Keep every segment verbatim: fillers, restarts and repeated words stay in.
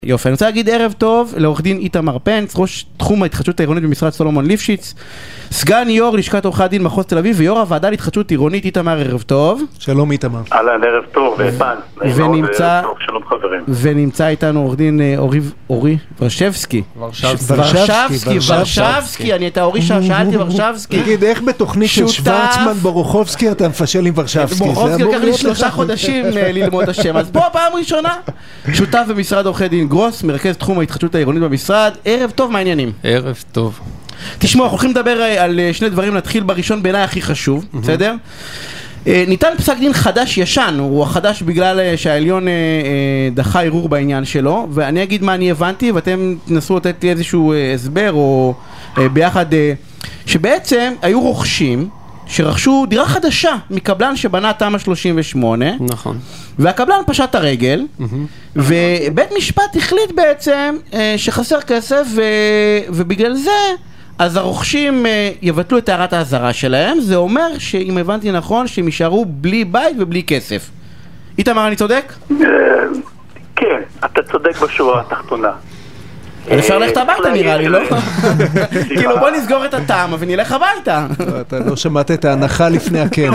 יופי, אני רוצה להגיד ערב טוב לעורך דין איתמר פנץ, ראש תחום ההתחדשות העירונית במשרד סולומון ליפשיץ, סגן יו"ר לשכת עורכי הדין מחוז תל אביב ויו"ר הוועדה להתחדשות עירונית. איתמר, ערב טוב. שלום איתמר. אהלן, ערב טוב, פן. ונמצא שלום חברים. ונמצא איתנו עורך דין אורי ורשבסקי. ורשבסקי, ורשבסקי, אני את האורי שאלתי ורשבסקי. תגיד, איך בתוכנית של שוורצמן ברוכובסקי אתה מפשל עם ורשבסקי? ברוכובסקי לקח לי שלושה חודשים ללמוד השם, אז פה הפעם ראשונה. שותף במשרד עורכי דין גרוס, מרכז תחום ההתחדשות העירונית במשרד. ערב טוב, מה העניינים? ערב טוב. תשמעו, אנחנו הולכים לדבר על שני דברים, נתחיל בראשון בעיניי הכי חשוב, בסדר? ניתן פסק דין חדש ישן, הוא החדש בגלל שהעליון דחה ערעור בעניין שלו, ואני אגיד מה אני הבנתי, ואתם תנסו לתת לי איזשהו הסבר או ביחד, שבעצם היו רוכשים שרכשו דירה חדשה מקבלן שבנה תמ"א שלושים ושמונה, נכון. והקבלן פשט הרגל, ובית משפט החליט בעצם שחסר כסף, ובגלל זה אז הרוכשים יבטלו את הערת האזהרה שלהם. זה אומר שאם הבנתי נכון שהם יישארו בלי בית ובלי כסף. איתמר, אני צודק? כן, אתה צודק בשורה התחתונה. אז אפשר ללכת הביתה נראה לי, לא? כאילו בוא נסגור את הטעם ונלך הביתה. אתה לא שמעת את ההנחה לפני הכן.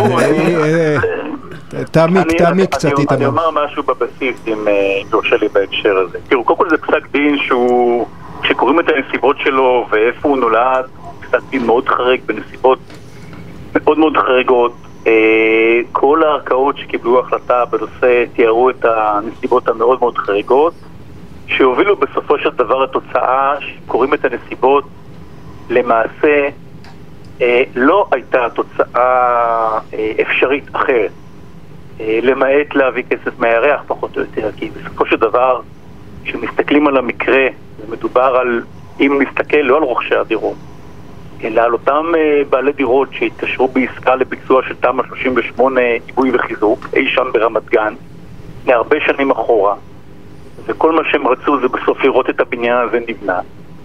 תעמיק, תעמיק קצת איתמר. אני אומר משהו בבסיס אם יורשה לי בהקשר הזה. תראו, קודם כל זה פסק דין שהוא, כשקוראים את הנסיבות שלו ואיפה הוא נולד, פסק דין מאוד חריג בנסיבות מאוד מאוד חריגות. כל הערכאות שקיבלו החלטה בנושא תיארו את הנסיבות המאוד מאוד חריגות, שהובילו בסופו של דבר התוצאה, שקוראים את הנסיבות, למעשה אה, לא הייתה תוצאה אה, אפשרית אחרת, אה, למעט להביא כסף מהירח פחות או יותר, כי בסופו של דבר, כשמסתכלים על המקרה, מדובר על, אם נסתכל לא על רוכשי הדירות, אלא על אותם אה, בעלי דירות שהתקשרו בעסקה לביצוע של תמ"א שלושים ושמונה עיבוי וחיזוק, אי שם ברמת גן, להרבה שנים אחורה, וכל מה שהם רצו זה בסוף לראות את הבניין הזה נבנה.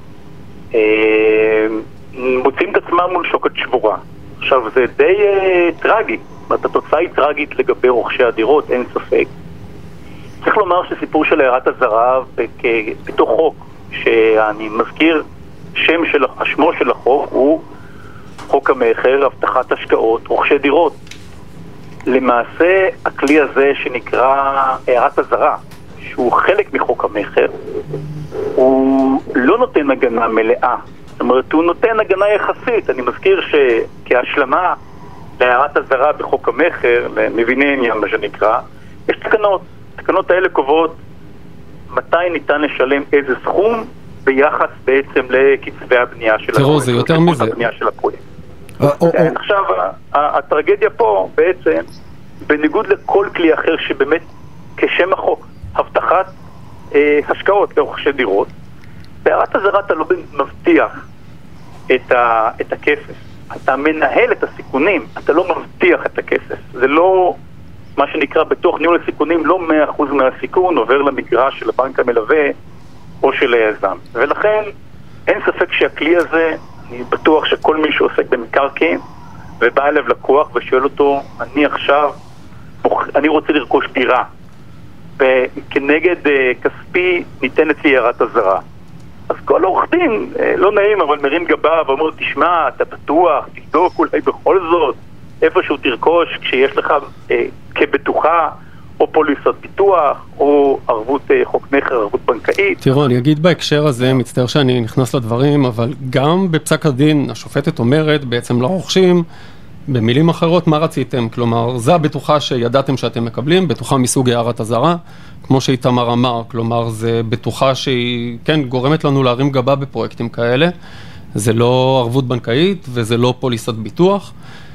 מוצאים את עצמם מול שוקת שבורה. עכשיו זה די טרגי, התוצאה היא טרגית לגבי רוכשי הדירות, אין ספק. צריך לומר שסיפור של הערת אזהרה בתוך חוק, שאני מזכיר שם של, השמו של החוק הוא חוק המכר, הבטחת השקעות, רוכשי דירות. למעשה הכלי הזה שנקרא הערת אזהרה, שהוא חלק מחוק המכר, הוא לא נותן הגנה מלאה. זאת אומרת, הוא נותן הגנה יחסית. אני מזכיר שכהשלמה להערת אזהרה בחוק המכר, למביני עניין מה שנקרא, יש תקנות. התקנות האלה קובעות מתי ניתן לשלם איזה סכום ביחס בעצם לקצבי הבנייה של הפרויקט. תראו, זה יותר מזה. עכשיו, הטרגדיה פה בעצם, בניגוד לכל כלי אחר שבאמת כשם החוק, הבטחת אה, השקעות לרוכשי דירות, בהערת אזהרה אתה לא מבטיח את, ה, את הכסף. אתה מנהל את הסיכונים, אתה לא מבטיח את הכסף. זה לא, מה שנקרא בתוך ניהול הסיכונים, לא מאה אחוז מהסיכון עובר למגרש של הבנק המלווה או של היזם. ולכן אין ספק שהכלי הזה, אני בטוח שכל מי שעוסק במקרקעין ובא אליו לקוח ושואל אותו, אני עכשיו, אני רוצה לרכוש דירה, וכנגד uh, כספי ניתנת לי הערת אזהרה. אז כל עורך דין, uh, לא נעים, אבל מרים גבה ואומר, תשמע, אתה בטוח, תבדוק אולי בכל זאת, איפשהו תרכוש כשיש לך uh, כבטוחה, או פוליסות ביטוח, או ערבות uh, חוק מכר, ערבות בנקאית. תראו, אני אגיד בהקשר הזה, מצטער שאני נכנס לדברים, אבל גם בפסק הדין, השופטת אומרת, בעצם לא רוכשים, במילים אחרות, מה רציתם? כלומר, זה הבטוחה שידעתם שאתם מקבלים, בטוחה מסוג הערת אזהרה, כמו שאיתמר אמר, כלומר, זה בטוחה שהיא, כן, גורמת לנו להרים גבה בפרויקטים כאלה, זה לא ערבות בנקאית, וזה לא פוליסת ביטוח,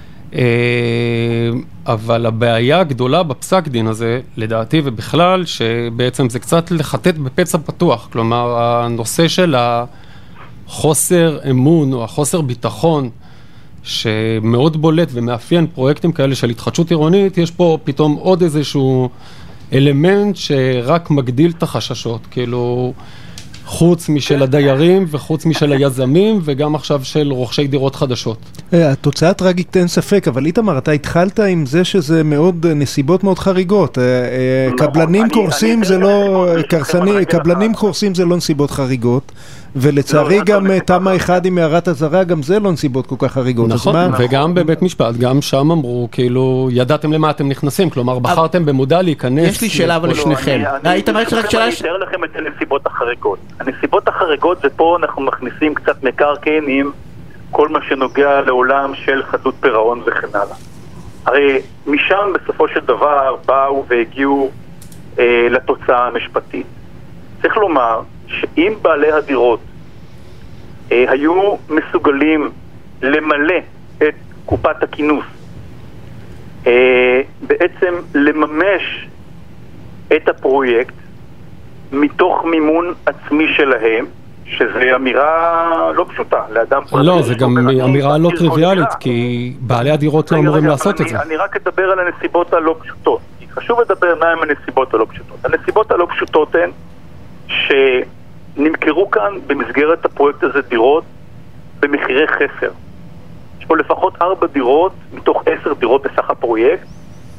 אבל הבעיה הגדולה בפסק דין הזה, לדעתי ובכלל, שבעצם זה קצת לחטט בפצע פתוח, כלומר, הנושא של החוסר אמון, או החוסר ביטחון, שמאוד בולט ומאפיין פרויקטים כאלה של התחדשות עירונית, יש פה פתאום עוד איזשהו אלמנט שרק מגדיל את החששות. כאילו, חוץ משל הדיירים וחוץ משל היזמים וגם עכשיו של רוכשי דירות חדשות. התוצאה טרגית אין ספק, אבל איתמר, אתה התחלת עם זה שזה מאוד, נסיבות מאוד חריגות. קבלנים קורסים זה לא, קבלנים קורסים זה לא נסיבות חריגות, ולצערי גם תמה אחד עם מערת הזרה, גם זה לא נסיבות כל כך חריגות. נכון, וגם בבית משפט, גם שם אמרו, כאילו, ידעתם למה אתם נכנסים, כלומר, בחרתם במודע להיכנס. יש לי שאלה אבל לשניכם. איתמר, יש רק שאלה... אני אתאר לכם את הנסיבות החריגות. הנסיבות החריגות זה פה אנחנו מכניסים קצת מקרקעין עם כל מה שנוגע לעולם של חדלות פירעון וכן הלאה. הרי משם בסופו של דבר באו והגיעו אה, לתוצאה המשפטית. צריך לומר שאם בעלי הדירות אה, היו מסוגלים למלא את קופת הכינוס, אה, בעצם לממש את הפרויקט מתוך מימון עצמי שלהם, שזה אמירה לא פשוטה לאדם פרטי. לא, זה גם אמירה לא טריוויאלית, כי בעלי הדירות לא אמורים לעשות את זה. אני רק אדבר על הנסיבות הלא פשוטות. חשוב לדבר מהם הנסיבות הלא פשוטות. הנסיבות הלא פשוטות הן שנמכרו כאן במסגרת הפרויקט הזה דירות במחירי חסר. יש פה לפחות ארבע דירות מתוך עשר דירות בסך הפרויקט,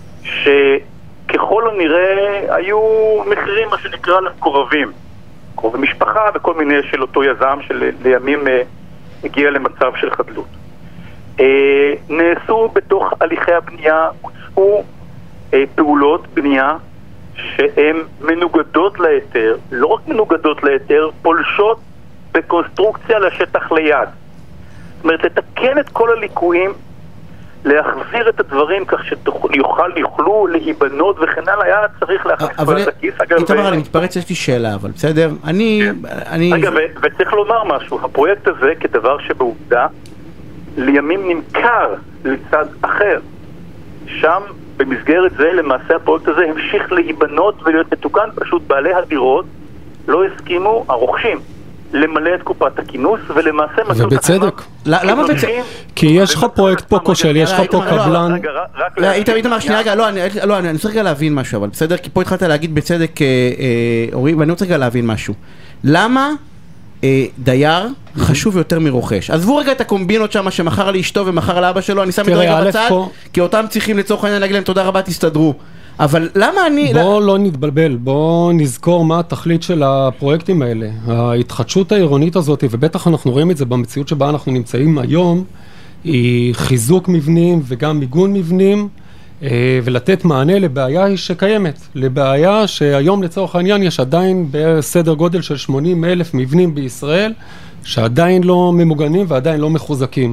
שככל הנראה היו מחירים מה שנקרא למקורבים. קרובי משפחה וכל מיני של אותו יזם שלימים הגיע למצב של חדלות. נעשו בתוך הליכי הבנייה, הוצאו פעולות בנייה שהן מנוגדות להיתר, לא רק מנוגדות להיתר, פולשות בקונסטרוקציה לשטח ליד. זאת אומרת, לתקן את כל הליקויים, להחזיר את הדברים כך שיוכל, יוכלו להיבנות וכן הלאה, היה צריך להכניס כל את הכיס. איתמר, אני מתפרץ, יש לי שאלה, אבל בסדר? אני... אגב, וצריך לומר משהו, הפרויקט הזה כדבר שבעובדה, לימים נמכר לצד אחר. שם, במסגרת זה, למעשה הפרויקט הזה המשיך להיבנות ולהיות מתוקן, פשוט בעלי הדירות לא הסכימו, הרוכשים, למלא את קופת הכינוס, ולמעשה... ובצדק. למה בצדק? כי יש לך פרויקט פה כושל, יש לך פה קבלן... איתמר, שנייה רגע, לא, אני רוצה רגע להבין משהו, אבל בסדר, כי פה התחלת להגיד בצדק, אורי, ואני רוצה רגע להבין משהו. למה דייר חשוב יותר מרוכש? עזבו רגע את הקומבינות שם, שמחר לאשתו ומחר לאבא שלו, אני שם את רגע בצד, כי אותם צריכים לצורך העניין להגיד להם תודה רבה, תסתדרו. אבל למה אני... בוא לא נתבלבל, בוא נזכור מה התכלית של הפרויקטים האלה. ההתחדשות העירונית הזאת, ובטח אנחנו רואים את זה במציאות שבה אנחנו נמצאים היום, היא חיזוק מבנים וגם מיגון מבנים, ולתת מענה לבעיה שקיימת. לבעיה שהיום לצורך העניין יש עדיין בסדר גודל של שמונים אלף מבנים בישראל, שעדיין לא ממוגנים ועדיין לא מחוזקים.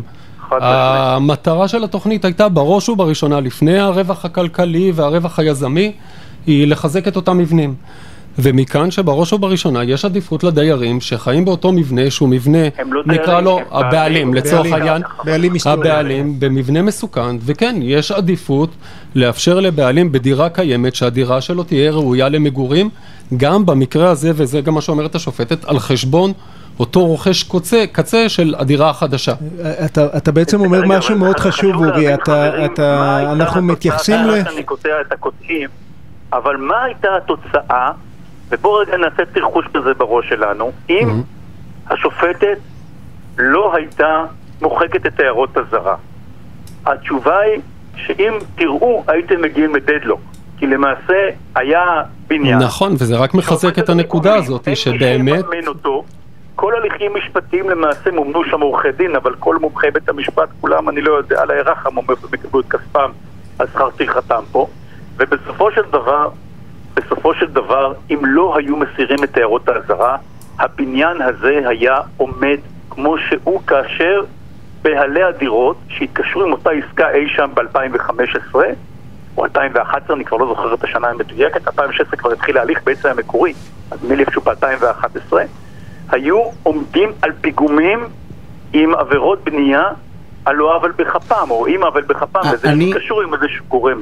המטרה של התוכנית הייתה בראש ובראשונה, לפני הרווח הכלכלי והרווח היזמי, היא לחזק את אותם מבנים. ומכאן שבראש ובראשונה יש עדיפות לדיירים שחיים באותו מבנה, שהוא מבנה, נקרא לו הבעלים, לצורך העניין, הבעלים במבנה מסוכן, וכן, יש עדיפות לאפשר לבעלים בדירה קיימת, שהדירה שלו תהיה ראויה למגורים, גם במקרה הזה, וזה גם מה שאומרת השופטת, על חשבון אותו רוכש קצה, קצה של הדירה החדשה. אתה, אתה בעצם אומר משהו מאוד חשוב, אורי, אתה, אתה, אנחנו מתייחסים ל... אני קוטע את הקוטעים, אבל מה הייתה התוצאה, ובואו רגע נעשה תרחוש כזה בראש שלנו, אם השופטת לא הייתה מוחקת את הערות הזרה. התשובה היא שאם תראו, הייתם מגיעים לדדלוק, כי למעשה היה בניין. נכון, וזה רק מחזק את הנקודה הזאת, שבאמת... כל הליכים משפטיים למעשה מומנו שם עורכי דין, אבל כל מומחי בית המשפט, כולם, אני לא יודע, על הערך המומר ומקבלו את כספם, אז שכר טרחתם פה. ובסופו של דבר, בסופו של דבר, אם לא היו מסירים את הערות האזהרה, הבניין הזה היה עומד כמו שהוא, כאשר בעלי הדירות שהתקשרו עם אותה עסקה אי שם ב-אלפיים וחמש עשרה, או אלפיים ואחת עשרה, אני כבר לא זוכר את השנה המדויקת, אלפיים ושש עשרה כבר התחיל להליך בעצם המקורי, אז מילי איפשהו ב-אלפיים ואחת עשרה, היו עומדים על פיגומים עם עבירות בנייה על לא עוול בכפם, או עם עוול בכפם, וזה קשור עם איזה גורם.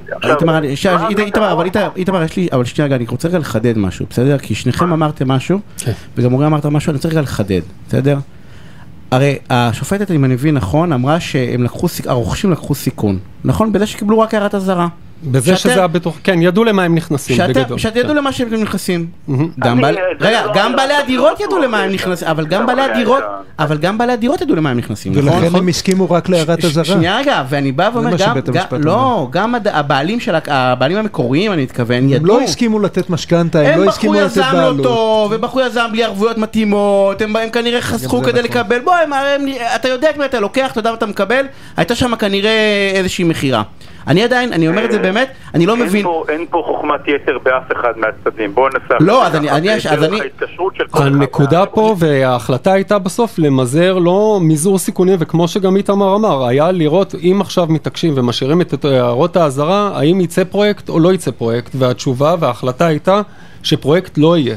איתמר, יש לי, אבל שנייה רגע, אני רוצה רגע לחדד משהו, בסדר? כי שניכם אמרתם משהו, וגם אורי אמרת משהו, אני רוצה רגע לחדד, בסדר? הרי השופטת, אם אני מבין נכון, אמרה שהרוכשים לקחו סיכון, נכון? בזה שקיבלו רק הערת הזרה. בזה שזה היה בטוח, כן, ידעו למה הם נכנסים בגדול. שידעו למה שהם נכנסים. רגע, גם בעלי הדירות ידעו למה הם נכנסים, אבל גם בעלי הדירות, אבל גם בעלי הדירות ידעו למה הם נכנסים. ולכן הם הסכימו רק להערת הזרה. שנייה רגע, ואני בא ואומר, לא, גם הבעלים של, הבעלים המקוריים, אני מתכוון, הם לא הסכימו לתת משכנתה, הם לא הסכימו לתת בעלות. הם בחרו יזם לא טוב, ובחרו יזם בלי ערבויות מתאימות, הם כנראה חסכו כדי לקבל, בוא, אתה יודע כמה אתה לוקח, אתה יודע מה אתה מקבל, הייתה שם כנראה איזושהי מחירה. אני עדיין, אני אומר את זה באמת, אני לא מבין. אין פה חוכמת יתר באף אחד מהצדדים, בואו נסע. לא, אז אני, אז אני... הנקודה פה וההחלטה הייתה בסוף למזער לא מזעור סיכונים, וכמו שגם איתמר אמר, היה לראות אם עכשיו מתעקשים ומשאירים את הערות האזהרה, האם יצא פרויקט או לא יצא פרויקט, והתשובה וההחלטה הייתה שפרויקט לא יהיה.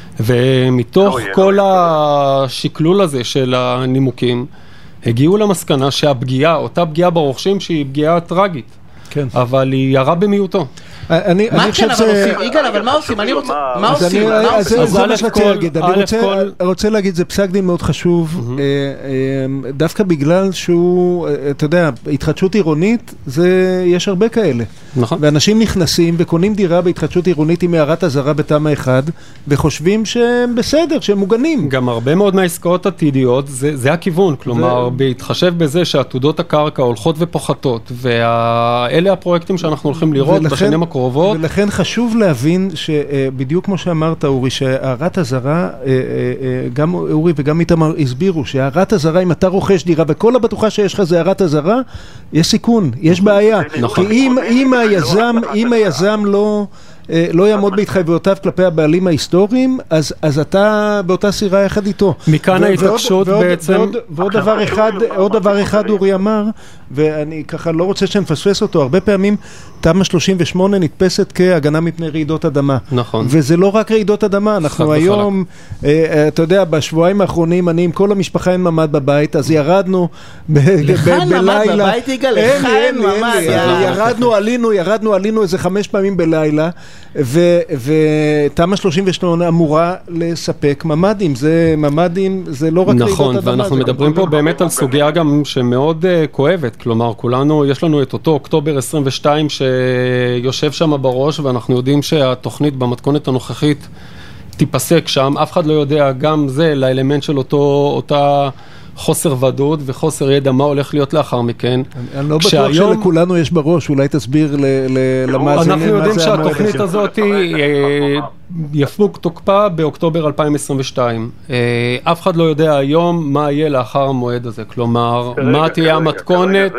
ומתוך כל השקלול הזה של הנימוקים, הגיעו למסקנה שהפגיעה, אותה פגיעה ברוכשים שהיא פגיעה טרגית. כן. אבל היא ירה במיעוטו. אני, מה אני כן חושב אבל ש... עושים? יגאל, אבל מה עושים? אני רוצה... מה אז עושים? אני, מה אז עושים? זה מה שרציתי להגיד. אני רוצה, כל... רוצה להגיד, זה פסק דין מאוד חשוב, דווקא בגלל שהוא, אתה יודע, התחדשות עירונית, זה, יש הרבה כאלה. נכון. ואנשים נכנסים וקונים דירה בהתחדשות עירונית עם הערת הזרה בתמ"א אחד, וחושבים שהם בסדר, שהם מוגנים. גם הרבה מאוד מהעסקאות עתידיות, זה, זה הכיוון. כלומר, זה... בהתחשב בזה שעתודות הקרקע הולכות ופוחתות, ואלה הפרויקטים שאנחנו הולכים לראות ולכן, בשנים הקרובות. ולכן חשוב להבין שבדיוק כמו שאמרת, אורי, שהערת הזרה, גם אורי וגם איתמר הסבירו, שהערת הזרה, אם אתה רוכש דירה וכל הבטוחה שיש לך זה הערת הזרה, יש סיכון, יש בעיה. כי אם, אם היזם, אם היזם לא... לא יעמוד בהתחייבויותיו כלפי הבעלים ההיסטוריים, אז, אז אתה באותה סירה יחד איתו. מכאן ההתעקשות בעצם... ועוד, ועוד דבר אחד, עוד דבר אחד אורי אמר, ואני ככה לא רוצה שנפספס אותו, הרבה פעמים תמ"א שלושים ושמונה נתפסת כהגנה מפני רעידות אדמה. נכון. וזה לא רק רעידות אדמה, אנחנו היום, אה, אתה יודע, בשבועיים האחרונים, אני עם כל המשפחה אין ממד בבית, אז ירדנו בלילה. לך אין ממד בבית, יגאל? לך אין ממד. ירדנו, עלינו, ירדנו, עלינו איזה חמש פעמים בלילה, ותמ"א שלושים ושמונה אמורה לספק ממדים, זה ממדים, זה לא רק רעידות אדמה. נכון, ואנחנו מדברים פה באמת על סוגיה גם שמאוד כואבת, כלומר, כולנו, יש לנו את אותו אוקטובר עשרים ושתיים שיושב שם בראש, ואנחנו יודעים שהתוכנית במתכונת הנוכחית תיפסק שם, אף אחד לא יודע גם זה לאלמנט של אותו, אותה חוסר ודאות וחוסר ידע מה הולך להיות לאחר מכן. אני לא בטוח שלכולנו יש בראש, אולי תסביר למאזינים. אנחנו יודעים שהתוכנית הזאת יפוג תוקפה באוקטובר אלפיים עשרים ושתיים. אף אחד לא יודע היום מה יהיה לאחר המועד הזה, כלומר, מה תהיה המתכונת,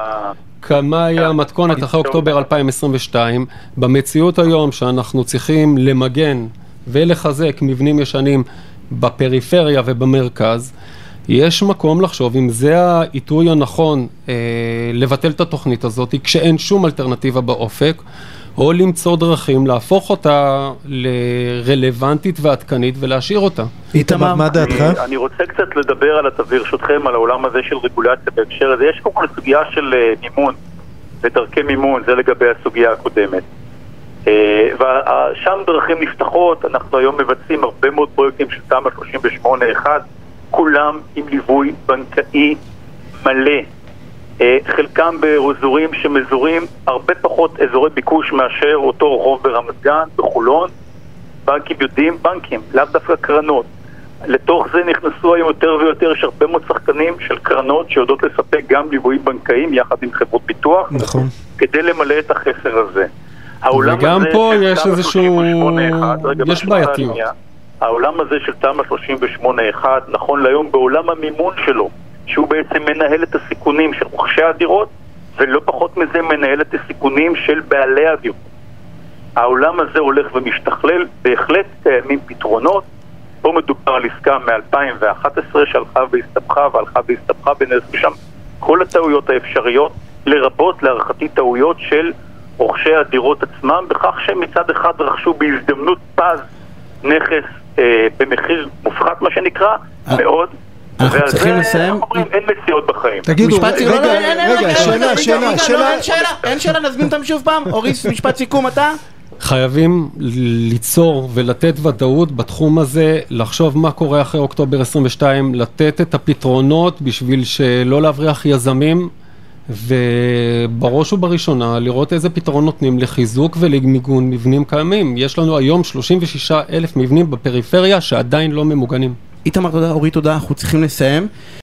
כמה יהיה המתכונת אחרי אוקטובר אלפיים עשרים ושתיים. במציאות היום שאנחנו צריכים למגן ולחזק מבנים ישנים בפריפריה ובמרכז, יש מקום לחשוב אם זה העיתוי הנכון אה, לבטל את התוכנית הזאת כשאין שום אלטרנטיבה באופק, או למצוא דרכים להפוך אותה לרלוונטית ועדכנית ולהשאיר אותה. איתמר, מה דעתך? אני, אני רוצה קצת לדבר על ברשותכם על העולם הזה של רגולציה בהקשר הזה. יש כל סוגיה של מימון ודרכי מימון, זה לגבי הסוגיה הקודמת. ושם דרכים נפתחות, אנחנו היום מבצעים הרבה מאוד פרויקטים של תמ"א שלושים ושמונה אחד, כולם עם ליווי בנקאי מלא, חלקם באזורים שמזורים הרבה פחות אזורי ביקוש מאשר אותו רחוב ברמת גן, בחולון. בנקים יודעים, בנקים, לאו דווקא קרנות. לתוך זה נכנסו היום יותר ויותר, יש הרבה מאוד שחקנים של קרנות שיודעות לספק גם ליווי בנקאים יחד עם חברות ביטוח, נכון. כדי למלא את החסר הזה. וגם פה יש איזשהו, יש בעייתיות. העולם הזה של תמ"א שלושים ושמונה אחד, נכון להיום בעולם המימון שלו, שהוא בעצם מנהל את הסיכונים של רוכשי הדירות, ולא פחות מזה מנהל את הסיכונים של בעלי הדירות. העולם הזה הולך ומשתכלל, בהחלט קיימים פתרונות. פה מדובר על עסקה מ-אלפיים ואחת עשרה שהלכה והסתבכה והלכה והסתבכה ונעשו שם כל הטעויות האפשריות, לרבות להערכתי טעויות של רוכשי הדירות עצמם, בכך שהם מצד אחד רכשו בהזדמנות פז נכס אה, במחיר מופחת מה שנקרא, מאוד. אנחנו צריכים לסיים. אין מציאות בחיים. תגידו, רגע, רגע, שאלה, שאלה, שאלה. אין שאלה, נזמין אותם שוב פעם. אוריס, משפט סיכום אתה? חייבים ליצור ולתת ודאות בתחום הזה, לחשוב מה קורה אחרי אוקטובר עשרים ושתיים, לתת את הפתרונות בשביל שלא להבריח יזמים ובראש ובראשונה לראות איזה פתרון נותנים לחיזוק ולמיגון מבנים קיימים. יש לנו היום שלושים ושישה אלף מבנים בפריפריה שעדיין לא ממוגנים. איתמר, תודה, אורי, תודה, אנחנו צריכים לסיים.